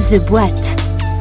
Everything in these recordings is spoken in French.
The Boîte.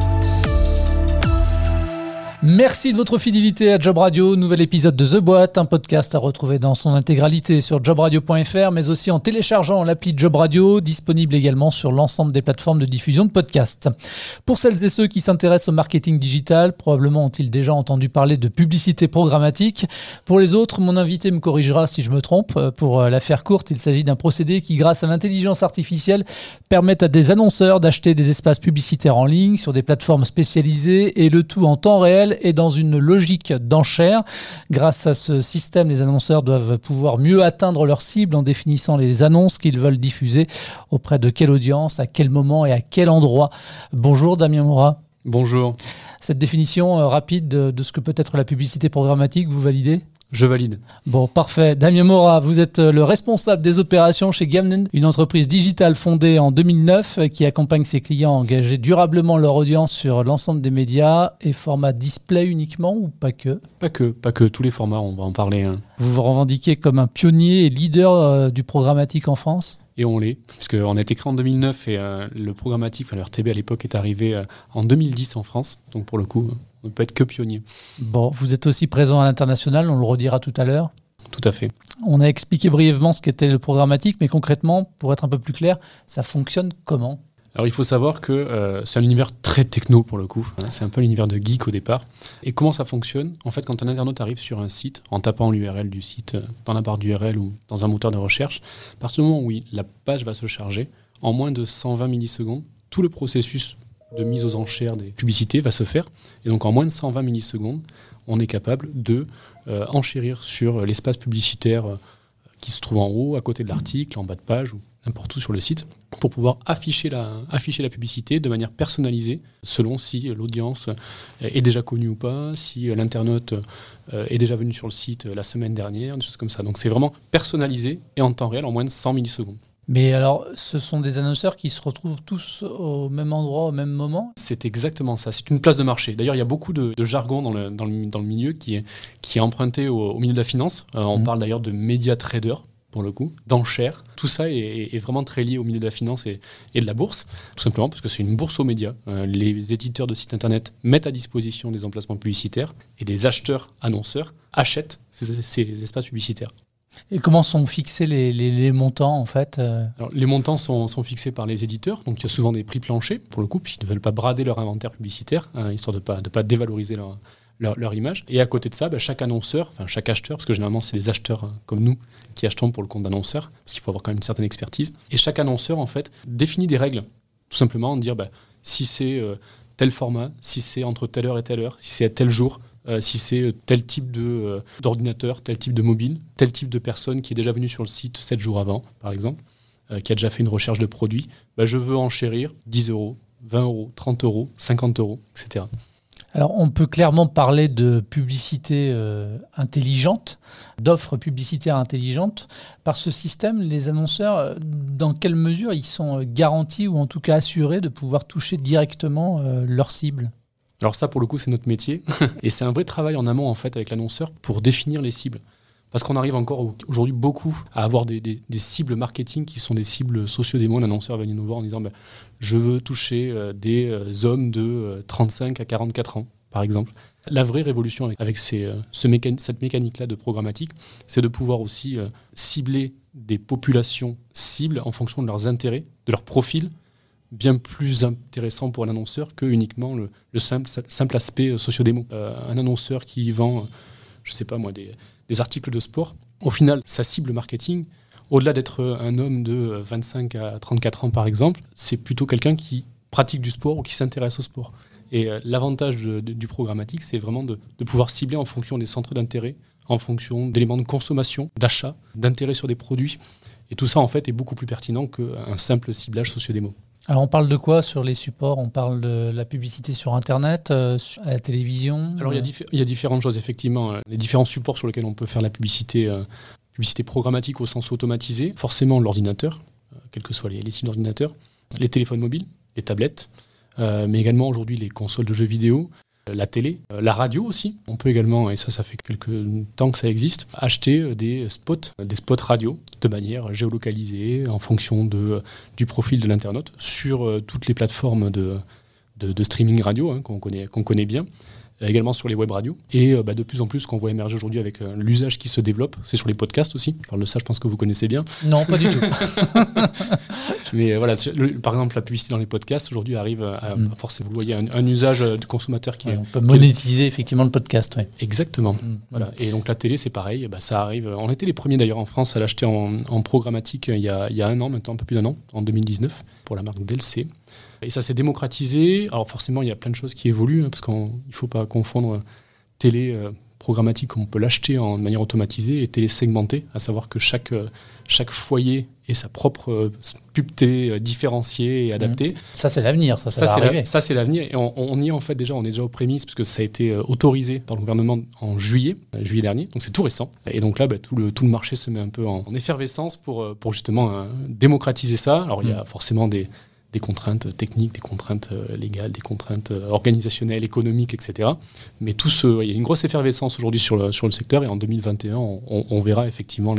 Merci de votre fidélité à Job Radio, nouvel épisode de The Boîte, un podcast à retrouver dans son intégralité sur jobradio.fr, mais aussi en téléchargeant l'appli Job Radio, disponible également sur l'ensemble des plateformes de diffusion de podcasts. Pour celles et ceux qui s'intéressent au marketing digital, probablement ont-ils déjà entendu parler de publicité programmatique. Pour les autres, mon invité me corrigera si je me trompe. Pour la faire courte, il s'agit d'un procédé qui, grâce à l'intelligence artificielle, permet à des annonceurs d'acheter des espaces publicitaires en ligne sur des plateformes spécialisées et le tout en temps réel et dans une logique d'enchère. Grâce à ce système, les annonceurs doivent pouvoir mieux atteindre leur cible en définissant les annonces qu'ils veulent diffuser, auprès de quelle audience, à quel moment et à quel endroit. Bonjour Damien Morat. Bonjour. Cette définition rapide de ce que peut être la publicité programmatique, vous validez ? Je valide. Bon, parfait. Damien Morat, vous êtes le responsable des opérations chez Gamned, une entreprise digitale fondée en 2009 qui accompagne ses clients à engager durablement leur audience sur l'ensemble des médias et format display uniquement ou pas que ? Pas que, tous les formats, on va en parler. Vous vous revendiquez comme un pionnier et leader du programmatique en France ? Et on l'est, puisqu'on a été créé en 2009 et le programmatique, le RTB à l'époque, est arrivé en 2010 en France. Donc pour le coup, on ne peut être que pionnier. Bon, vous êtes aussi présent à l'international, on le redira tout à l'heure. Tout à fait. On a expliqué brièvement ce qu'était le programmatique, mais concrètement, pour être un peu plus clair, ça fonctionne comment ? Alors il faut savoir que c'est un univers très techno pour le coup. C'est un peu l'univers de geek au départ. Et comment ça fonctionne ? En fait, quand un internaute arrive sur un site, en tapant l'URL du site dans la barre d'URL ou dans un moteur de recherche, à partir du moment où la page va se charger, en moins de 120 millisecondes, tout le processus de mise aux enchères des publicités va se faire. Et donc en moins de 120 millisecondes, on est capable de enchérir sur l'espace publicitaire qui se trouve en haut, à côté de l'article, en bas de page ou n'importe où sur le site, pour pouvoir afficher la publicité de manière personnalisée, selon si l'audience est déjà connue ou pas, si l'internaute est déjà venu sur le site la semaine dernière, des choses comme ça. Donc c'est vraiment personnalisé et en temps réel, en moins de 100 millisecondes. Mais alors, ce sont des annonceurs qui se retrouvent tous au même endroit, au même moment ? C'est exactement ça, c'est une place de marché. D'ailleurs, il y a beaucoup de jargon dans le milieu qui est emprunté au milieu de la finance. On parle d'ailleurs de média trader, pour le coup, d'enchères. Tout ça est vraiment très lié au milieu de la finance et de la bourse, tout simplement parce que c'est une bourse aux médias. Les éditeurs de sites internet mettent à disposition des emplacements publicitaires et des acheteurs annonceurs achètent ces espaces publicitaires. Et comment sont fixés les montants en fait ? Alors, les montants sont fixés par les éditeurs, donc il y a souvent des prix planchers pour le coup, puisqu'ils ne veulent pas brader leur inventaire publicitaire, histoire de pas dévaloriser leur image. Et à côté de ça, chaque annonceur, enfin chaque acheteur, parce que généralement c'est les acheteurs comme nous qui achetons pour le compte d'annonceurs, parce qu'il faut avoir quand même une certaine expertise. Et chaque annonceur en fait définit des règles, tout simplement dire si c'est tel format, si c'est entre telle heure et telle heure, si c'est à tel jour. Si c'est tel type d'ordinateur, tel type de mobile, tel type de personne qui est déjà venue sur le site 7 jours avant, par exemple, qui a déjà fait une recherche de produit, je veux enchérir 10 €, 20 €, 30 €, 50 €, etc. Alors, on peut clairement parler de publicité intelligente, d'offres publicitaires intelligentes. Par ce système, les annonceurs, dans quelle mesure ils sont garantis ou en tout cas assurés de pouvoir toucher directement leur cible ? Alors ça, pour le coup, c'est notre métier. Et c'est un vrai travail en amont, en fait, avec l'annonceur pour définir les cibles. Parce qu'on arrive encore aujourd'hui beaucoup à avoir des cibles marketing qui sont des cibles socio-démo. L'annonceur va venir nous voir en disant je veux toucher des hommes de 35 à 44 ans, par exemple. La vraie révolution avec cette mécanique-là de programmatique, c'est de pouvoir aussi cibler des populations cibles en fonction de leurs intérêts, de leur profil, bien plus intéressant pour un annonceur que uniquement le simple aspect socio-démo. Un annonceur qui vend, des articles de sport, au final, sa cible marketing, au-delà d'être un homme de 25 à 34 ans par exemple, c'est plutôt quelqu'un qui pratique du sport ou qui s'intéresse au sport. Et l'avantage du programmatique, c'est vraiment de pouvoir cibler en fonction des centres d'intérêt, en fonction d'éléments de consommation, d'achat, d'intérêt sur des produits. Et tout ça, en fait, est beaucoup plus pertinent qu'un simple ciblage socio-démo. Alors on parle de quoi sur les supports ? On parle de la publicité sur Internet, à la télévision ? Alors il y a différentes choses, effectivement. Les différents supports sur lesquels on peut faire la publicité programmatique au sens automatisé, forcément l'ordinateur, quels que soient les types d'ordinateurs, les téléphones mobiles, les tablettes, mais également aujourd'hui les consoles de jeux vidéo, la télé, la radio aussi. On peut également, et ça fait quelques temps que ça existe, acheter des spots radio de manière géolocalisée en fonction du profil de l'internaute sur toutes les plateformes de streaming radio qu'on connaît bien. Également sur les web radios. Et de plus en plus, ce qu'on voit émerger aujourd'hui avec l'usage qui se développe, c'est sur les podcasts aussi. Je parle de ça, je pense que vous connaissez bien. Non, pas du tout. Mais voilà, par exemple, la publicité dans les podcasts aujourd'hui arrive à forcément, vous voyez, un usage du consommateur qui est... On peut monétiser effectivement le podcast. Oui. Exactement. Voilà. Et donc la télé, c'est pareil, ça arrive. On était les premiers d'ailleurs en France à l'acheter en programmatique il y a un an, maintenant un peu plus d'un an, en 2019, pour la marque DLC. Et ça s'est démocratisé. Alors forcément, il y a plein de choses qui évoluent, parce qu'il ne faut pas confondre télé programmatique, on peut l'acheter de manière automatisée, et télé segmentée, à savoir que chaque foyer ait sa propre pub télé différenciée et adaptée. Ça, c'est l'avenir. Ça va arriver. Ça, c'est l'avenir. Et on y est en fait déjà, on est déjà aux prémices, parce que ça a été autorisé par le gouvernement en juillet dernier, donc c'est tout récent. Et donc là, tout le marché se met un peu en effervescence pour justement démocratiser ça. Alors il y a forcément des contraintes techniques, des contraintes légales, des contraintes organisationnelles, économiques, etc. Mais il y a une grosse effervescence aujourd'hui sur le secteur, et en 2021, on verra effectivement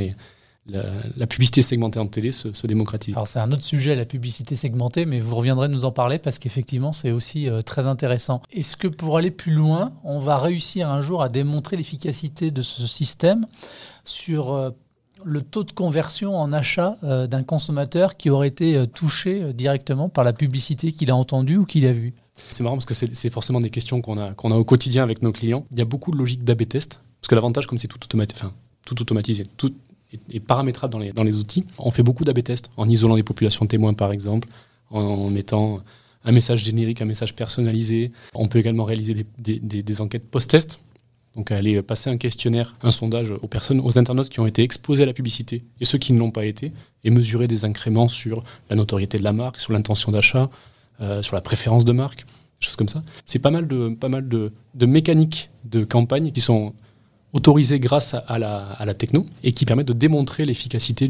la publicité segmentée en télé se démocratiser. Alors c'est un autre sujet, la publicité segmentée, mais vous reviendrez nous en parler parce qu'effectivement c'est aussi très intéressant. Est-ce que pour aller plus loin, on va réussir un jour à démontrer l'efficacité de ce système sur le taux de conversion en achat d'un consommateur qui aurait été touché directement par la publicité qu'il a entendue ou qu'il a vue? C'est marrant parce que c'est forcément des questions qu'on a au quotidien avec nos clients. Il y a beaucoup de logique d'A/B test, parce que l'avantage, comme c'est tout automatisé, tout est paramétrable dans les outils, on fait beaucoup d'A/B test en isolant des populations témoins par exemple, en mettant un message générique, un message personnalisé. On peut également réaliser des enquêtes post-test. Donc aller passer un questionnaire, un sondage aux internautes qui ont été exposés à la publicité et ceux qui ne l'ont pas été, et mesurer des incréments sur la notoriété de la marque, sur l'intention d'achat, sur la préférence de marque, des choses comme ça. C'est pas mal de mécaniques de campagne qui sont autorisées grâce à la techno et qui permettent de démontrer l'efficacité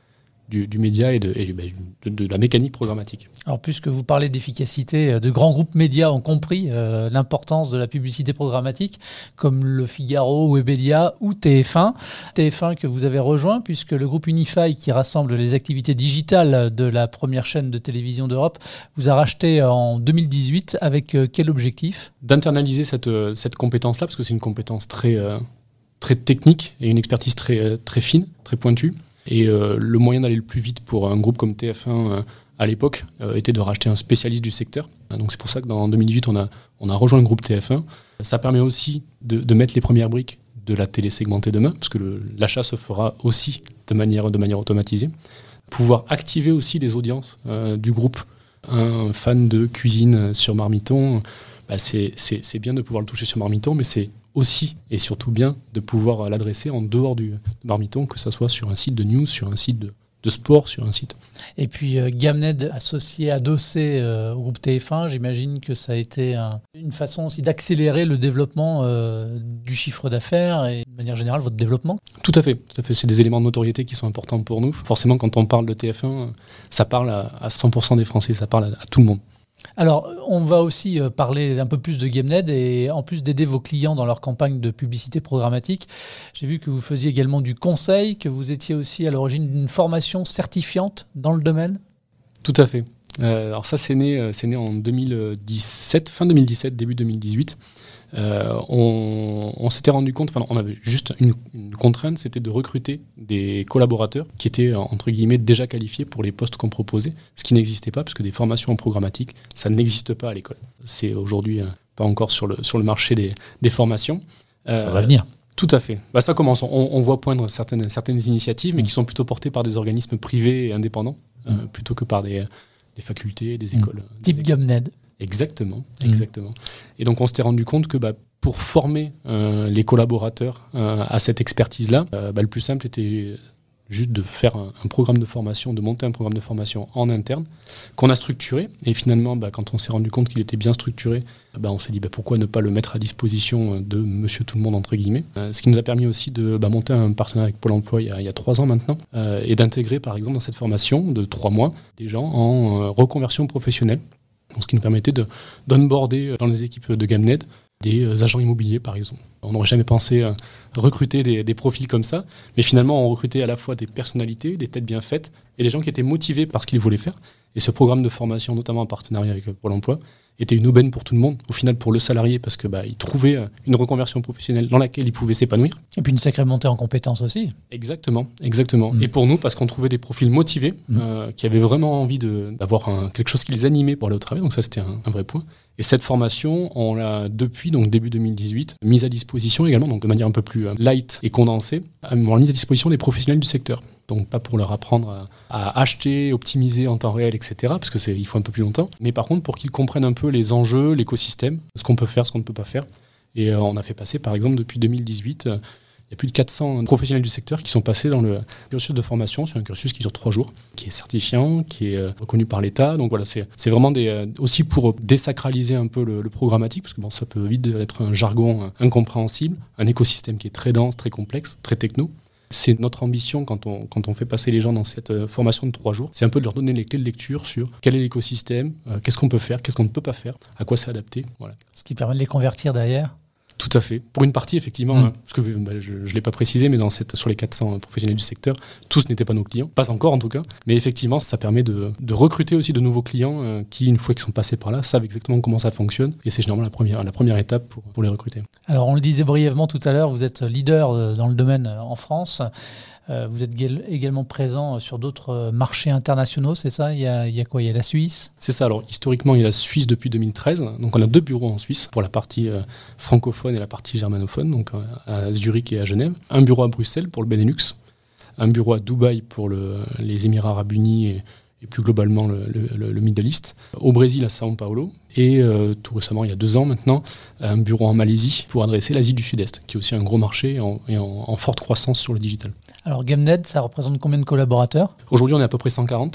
du média et de la mécanique programmatique. Alors, puisque vous parlez d'efficacité, de grands groupes médias ont compris l'importance de la publicité programmatique, comme Le Figaro, Webedia ou TF1. TF1 que vous avez rejoint, puisque le groupe Unify, qui rassemble les activités digitales de la première chaîne de télévision d'Europe, vous a racheté en 2018. Avec quel objectif? D'internaliser cette compétence-là, parce que c'est une compétence très technique et une expertise très fine, très pointue. Et le moyen d'aller le plus vite pour un groupe comme TF1 à l'époque était de racheter un spécialiste du secteur. Donc c'est pour ça que dans 2018, on a rejoint le groupe TF1. Ça permet aussi de mettre les premières briques de la télé segmentée demain, parce que l'achat se fera aussi de manière automatisée. Pouvoir activer aussi les audiences du groupe. Un fan de cuisine sur Marmiton, c'est bien de pouvoir le toucher sur Marmiton, mais c'est aussi et surtout bien de pouvoir l'adresser en dehors du Marmiton, que ce soit sur un site de news, sur un site de sport, sur un site. Et puis Gamned associé, adossé au groupe TF1, j'imagine que ça a été une façon aussi d'accélérer le développement du chiffre d'affaires et de manière générale votre développement. Tout à fait. C'est des éléments de notoriété qui sont importants pour nous. Forcément, quand on parle de TF1, ça parle à 100% des Français, ça parle à tout le monde. Alors, on va aussi parler un peu plus de Gamned, et en plus d'aider vos clients dans leur campagne de publicité programmatique, j'ai vu que vous faisiez également du conseil, que vous étiez aussi à l'origine d'une formation certifiante dans le domaine. Tout à fait. Alors ça, c'est né en 2017, fin 2017, début 2018. On s'était rendu compte, on avait juste une contrainte, c'était de recruter des collaborateurs qui étaient entre guillemets déjà qualifiés pour les postes qu'on proposait, ce qui n'existait pas, parce que des formations en programmatique, ça n'existe pas à l'école. C'est aujourd'hui pas encore sur le marché des formations. Ça va venir. Tout à fait. Ça commence. On voit poindre certaines initiatives, mais qui sont plutôt portées par des organismes privés et indépendants, plutôt que par des facultés, des écoles. Type Gamned. Exactement. Et donc on s'était rendu compte que pour former les collaborateurs à cette expertise-là, le plus simple était juste de faire un programme de formation, de monter un programme de formation en interne, qu'on a structuré. Et finalement, quand on s'est rendu compte qu'il était bien structuré, on s'est dit pourquoi ne pas le mettre à disposition de monsieur tout le monde, entre guillemets. Ce qui nous a permis aussi de monter un partenariat avec Pôle emploi il y a 3 ans maintenant, et d'intégrer par exemple dans cette formation de 3 mois des gens en reconversion professionnelle. Donc, ce qui nous permettait d'onboarder dans les équipes de Gamned des agents immobiliers par exemple. On n'aurait jamais pensé recruter des profils comme ça, mais finalement on recrutait à la fois des personnalités, des têtes bien faites et des gens qui étaient motivés par ce qu'ils voulaient faire. Et ce programme de formation, notamment en partenariat avec Pôle emploi, était une aubaine pour tout le monde, au final pour le salarié, parce que il trouvait une reconversion professionnelle dans laquelle il pouvait s'épanouir. Et puis une sacrée montée en compétences aussi. Exactement. Et pour nous, parce qu'on trouvait des profils motivés, qui avaient vraiment envie d'avoir quelque chose qui les animait pour aller au travail, donc ça c'était un vrai point. Et cette formation, on l'a depuis donc début 2018 mise à disposition également, donc de manière un peu plus light et condensée, on l'a mise à disposition des professionnels du secteur. Donc pas pour leur apprendre à acheter, optimiser en temps réel, etc. Parce qu'il faut un peu plus longtemps. Mais par contre, pour qu'ils comprennent un peu les enjeux, l'écosystème, ce qu'on peut faire, ce qu'on ne peut pas faire. Et on a fait passer, par exemple, depuis 2018, il y a plus de 400 professionnels du secteur qui sont passés dans le cursus de formation, sur un cursus qui dure 3 jours, qui est certifiant, qui est reconnu par l'État. Donc voilà, c'est vraiment aussi pour désacraliser un peu le programmatique, parce que ça peut vite être un jargon incompréhensible, un écosystème qui est très dense, très complexe, très techno. C'est notre ambition quand on fait passer les gens dans cette formation de 3 jours. C'est un peu de leur donner les clés de lecture sur quel est l'écosystème, qu'est-ce qu'on peut faire, qu'est-ce qu'on ne peut pas faire, à quoi c'est adapté. Voilà. Ce qui permet de les convertir derrière. Tout à fait. Pour une partie, effectivement, parce que je ne l'ai pas précisé, mais sur les 400 professionnels du secteur, tous n'étaient pas nos clients, pas encore en tout cas. Mais effectivement, ça permet de recruter aussi de nouveaux clients qui, une fois qu'ils sont passés par là, savent exactement comment ça fonctionne. Et c'est généralement la première étape pour les recruter. Alors, on le disait brièvement tout à l'heure, vous êtes leader dans le domaine en France. Vous êtes également présent sur d'autres marchés internationaux, c'est ça ? Il y a quoi ? Il y a la Suisse ? C'est ça. Alors, historiquement, il y a la Suisse depuis 2013. Donc, on a 2 bureaux en Suisse pour la partie francophone et la partie germanophone, donc à Zurich et à Genève. Un bureau à Bruxelles pour le Benelux. Un bureau à Dubaï pour les Émirats Arabes Unis et plus globalement le Middle East. Au Brésil, à São Paulo. Et tout récemment, il y a 2 ans maintenant, un bureau en Malaisie pour adresser l'Asie du Sud-Est, qui est aussi un gros marché et en forte croissance sur le digital. Alors Gamned, ça représente combien de collaborateurs ? Aujourd'hui, on est à peu près 140,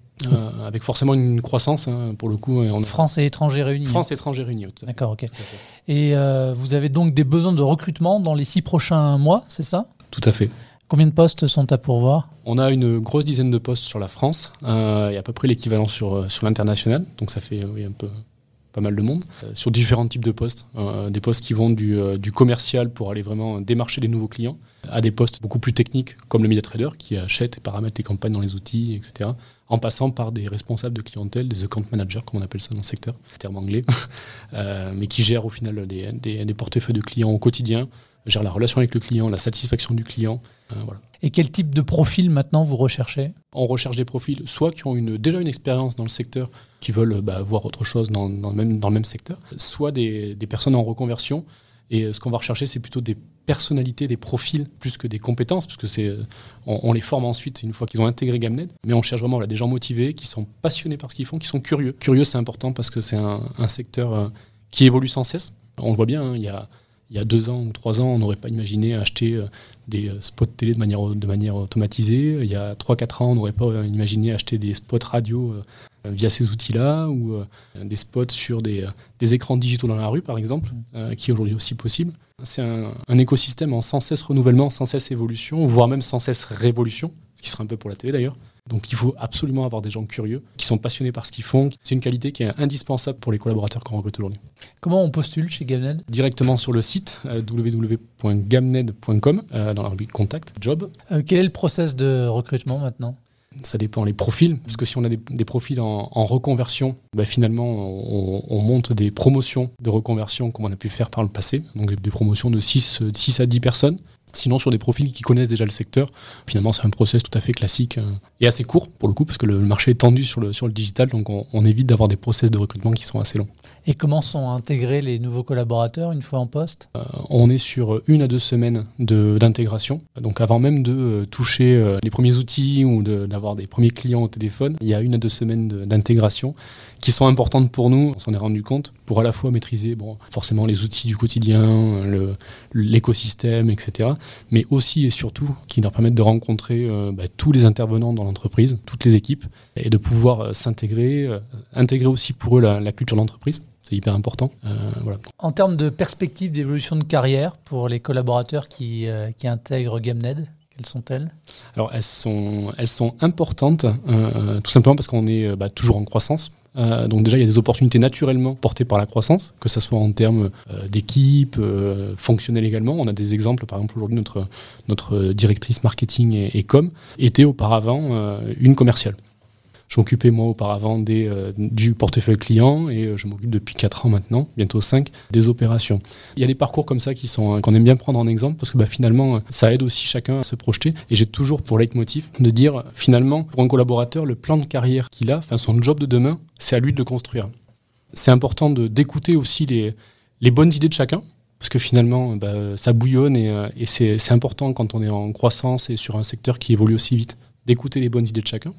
avec forcément une croissance, pour le coup. France et étrangers réunis. France et étrangers réunis, tout à fait. D'accord, ok. Et vous avez donc des besoins de recrutement dans les 6 prochains mois, c'est ça ? Tout à fait. Combien de postes sont à pourvoir ? On a une grosse dizaine de postes sur la France, et à peu près l'équivalent sur l'international, donc ça fait un peu pas mal de monde, sur différents types de postes, des postes qui vont du commercial pour aller vraiment démarcher des nouveaux clients, à des postes beaucoup plus techniques comme le media trader qui achète et paramètre les campagnes dans les outils, etc., en passant par des responsables de clientèle, des account managers, comme on appelle ça dans le secteur, terme anglais, mais qui gèrent au final des portefeuilles de clients au quotidien, gèrent la relation avec le client, la satisfaction du client. Voilà. Et quel type de profil maintenant vous recherchez ? On recherche des profils soit qui ont déjà une expérience dans le secteur, qui veulent voir autre chose dans le même secteur, soit des personnes en reconversion. Et ce qu'on va rechercher, c'est plutôt des personnalités, des profils, plus que des compétences, parce que on les forme ensuite une fois qu'ils ont intégré Gamned. Mais on cherche vraiment des gens motivés, qui sont passionnés par ce qu'ils font, qui sont curieux. Curieux, c'est important parce que c'est un secteur qui évolue sans cesse. On le voit bien, il y a 2 ans ou 3 ans, on n'aurait pas imaginé acheter des spots télé de manière automatisée. Il y a 3-4 ans, on n'aurait pas imaginé acheter des spots radio via ces outils-là, ou des spots sur des écrans digitaux dans la rue, par exemple, qui est aujourd'hui aussi possible. C'est un écosystème en sans cesse renouvellement, sans cesse évolution, voire même sans cesse révolution, ce qui serait un peu pour la télé d'ailleurs. Donc il faut absolument avoir des gens curieux, qui sont passionnés par ce qu'ils font. C'est une qualité qui est indispensable pour les collaborateurs qu'on recrute aujourd'hui. Comment on postule chez Gamned ? Directement sur le site www.gamned.com, dans la rubrique Contact, Job. Quel est le process de recrutement maintenant ? Ça dépend les profils, parce que si on a des profils en reconversion, finalement on monte des promotions de reconversion comme on a pu faire par le passé, donc des promotions de 6 à 10 personnes. Sinon, sur des profils qui connaissent déjà le secteur, finalement, c'est un process tout à fait classique et assez court, pour le coup, parce que le marché est tendu sur le digital, donc on évite d'avoir des process de recrutement qui sont assez longs. Et comment sont intégrés les nouveaux collaborateurs une fois en poste ? On est sur 1 à 2 semaines d'intégration. Donc avant même de toucher les premiers outils ou d'avoir des premiers clients au téléphone, il y a 1 à 2 semaines d'intégration qui sont importantes pour nous, on s'en est rendu compte, pour à la fois maîtriser forcément les outils du quotidien, l'écosystème, etc., mais aussi et surtout qui leur permettent de rencontrer tous les intervenants dans l'entreprise, toutes les équipes, et de pouvoir s'intégrer, intégrer aussi pour eux la culture de l'entreprise. C'est hyper important. Voilà. En termes de perspectives d'évolution de carrière pour les collaborateurs qui intègrent Gamned, quelles sont-elles ? Alors elles sont importantes, tout simplement parce qu'on est toujours en croissance. Donc déjà, il y a des opportunités naturellement portées par la croissance, que ce soit en termes d'équipe, fonctionnelle également. On a des exemples, par exemple aujourd'hui, notre directrice marketing et com était auparavant une commerciale. Je m'occupais moi auparavant du portefeuille client et je m'occupe depuis 4 ans maintenant, bientôt 5, des opérations. Il y a des parcours comme ça qu'on aime bien prendre en exemple parce que finalement ça aide aussi chacun à se projeter et j'ai toujours pour leitmotiv de dire finalement pour un collaborateur le plan de carrière qu'il a, son job de demain, c'est à lui de le construire. C'est important d'écouter aussi les bonnes idées de chacun parce que finalement ça bouillonne et c'est important quand on est en croissance et sur un secteur qui évolue aussi vite. D'écouter les bonnes idées de chacun.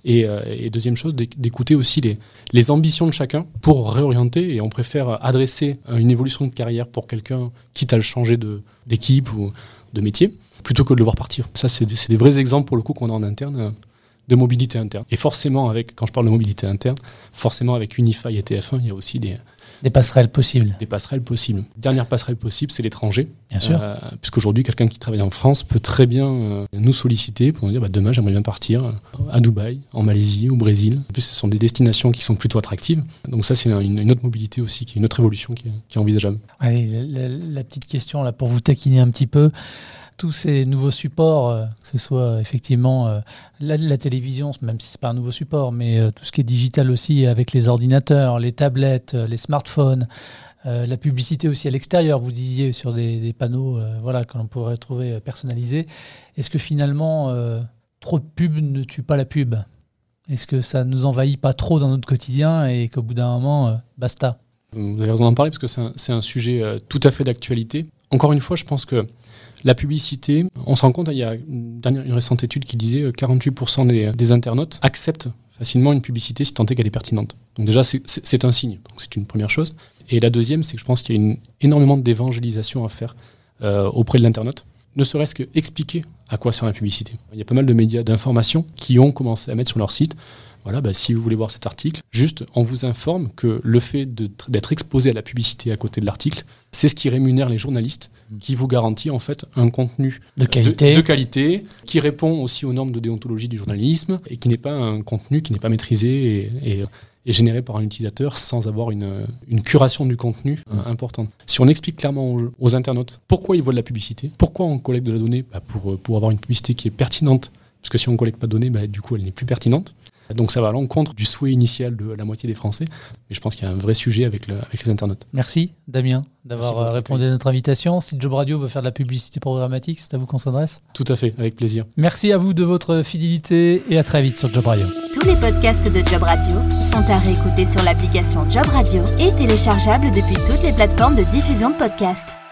Et deuxième chose, d'écouter aussi les ambitions de chacun pour réorienter. Et on préfère adresser une évolution de carrière pour quelqu'un, quitte à le changer d'équipe ou de métier, plutôt que de le voir partir. Ça, c'est des vrais exemples pour le coup qu'on a en interne de mobilité interne. Et forcément, quand je parle de mobilité interne, forcément avec Unify et TF1, il y a aussi des passerelles possibles. Des passerelles possibles. Dernière passerelle possible, c'est l'étranger. Bien sûr. Puisqu'aujourd'hui, quelqu'un qui travaille en France peut très bien nous solliciter pour nous dire demain, j'aimerais bien partir à Dubaï, en Malaisie, au Brésil. En plus, ce sont des destinations qui sont plutôt attractives. Donc ça, c'est une autre mobilité aussi, une autre évolution qui est envisageable. Allez, la petite question là pour vous taquiner un petit peu. Tous ces nouveaux supports, que ce soit effectivement la télévision, même si ce n'est pas un nouveau support, mais tout ce qui est digital aussi avec les ordinateurs, les tablettes, les smartphones, la publicité aussi à l'extérieur, vous disiez sur des panneaux que l'on pourrait trouver personnalisés. Est-ce que finalement, trop de pub ne tue pas la pub ? Est-ce que ça ne nous envahit pas trop dans notre quotidien et qu'au bout d'un moment, basta ? Vous avez raison d'en parler parce que c'est un sujet tout à fait d'actualité. Encore une fois, je pense que la publicité, on se rend compte, il y a une récente étude qui disait que 48% des internautes acceptent facilement une publicité si tant est qu'elle est pertinente. Donc déjà, c'est un signe, donc c'est une première chose. Et la deuxième, c'est que je pense qu'il y a énormément d'évangélisation à faire auprès de l'internaute, ne serait-ce qu'expliquer à quoi sert la publicité. Il y a pas mal de médias d'information qui ont commencé à mettre sur leur site si vous voulez voir cet article, juste on vous informe que le fait d'être exposé à la publicité à côté de l'article, c'est ce qui rémunère les journalistes, qui vous garantit en fait un contenu de qualité, qui répond aussi aux normes de déontologie du journalisme et qui n'est pas un contenu qui n'est pas maîtrisé et généré par un utilisateur sans avoir une curation du contenu importante. Si on explique clairement aux internautes pourquoi ils voient de la publicité, pourquoi on collecte de la donnée, pour avoir une publicité qui est pertinente, parce que si on ne collecte pas de données, du coup elle n'est plus pertinente. Donc ça va à l'encontre du souhait initial de la moitié des Français. Mais je pense qu'il y a un vrai sujet avec les internautes. Merci Damien d'avoir répondu à notre invitation. Si Job Radio veut faire de la publicité programmatique, c'est à vous qu'on s'adresse. Tout à fait, avec plaisir. Merci à vous de votre fidélité et à très vite sur Job Radio. Tous les podcasts de Job Radio sont à réécouter sur l'application Job Radio et téléchargeables depuis toutes les plateformes de diffusion de podcasts.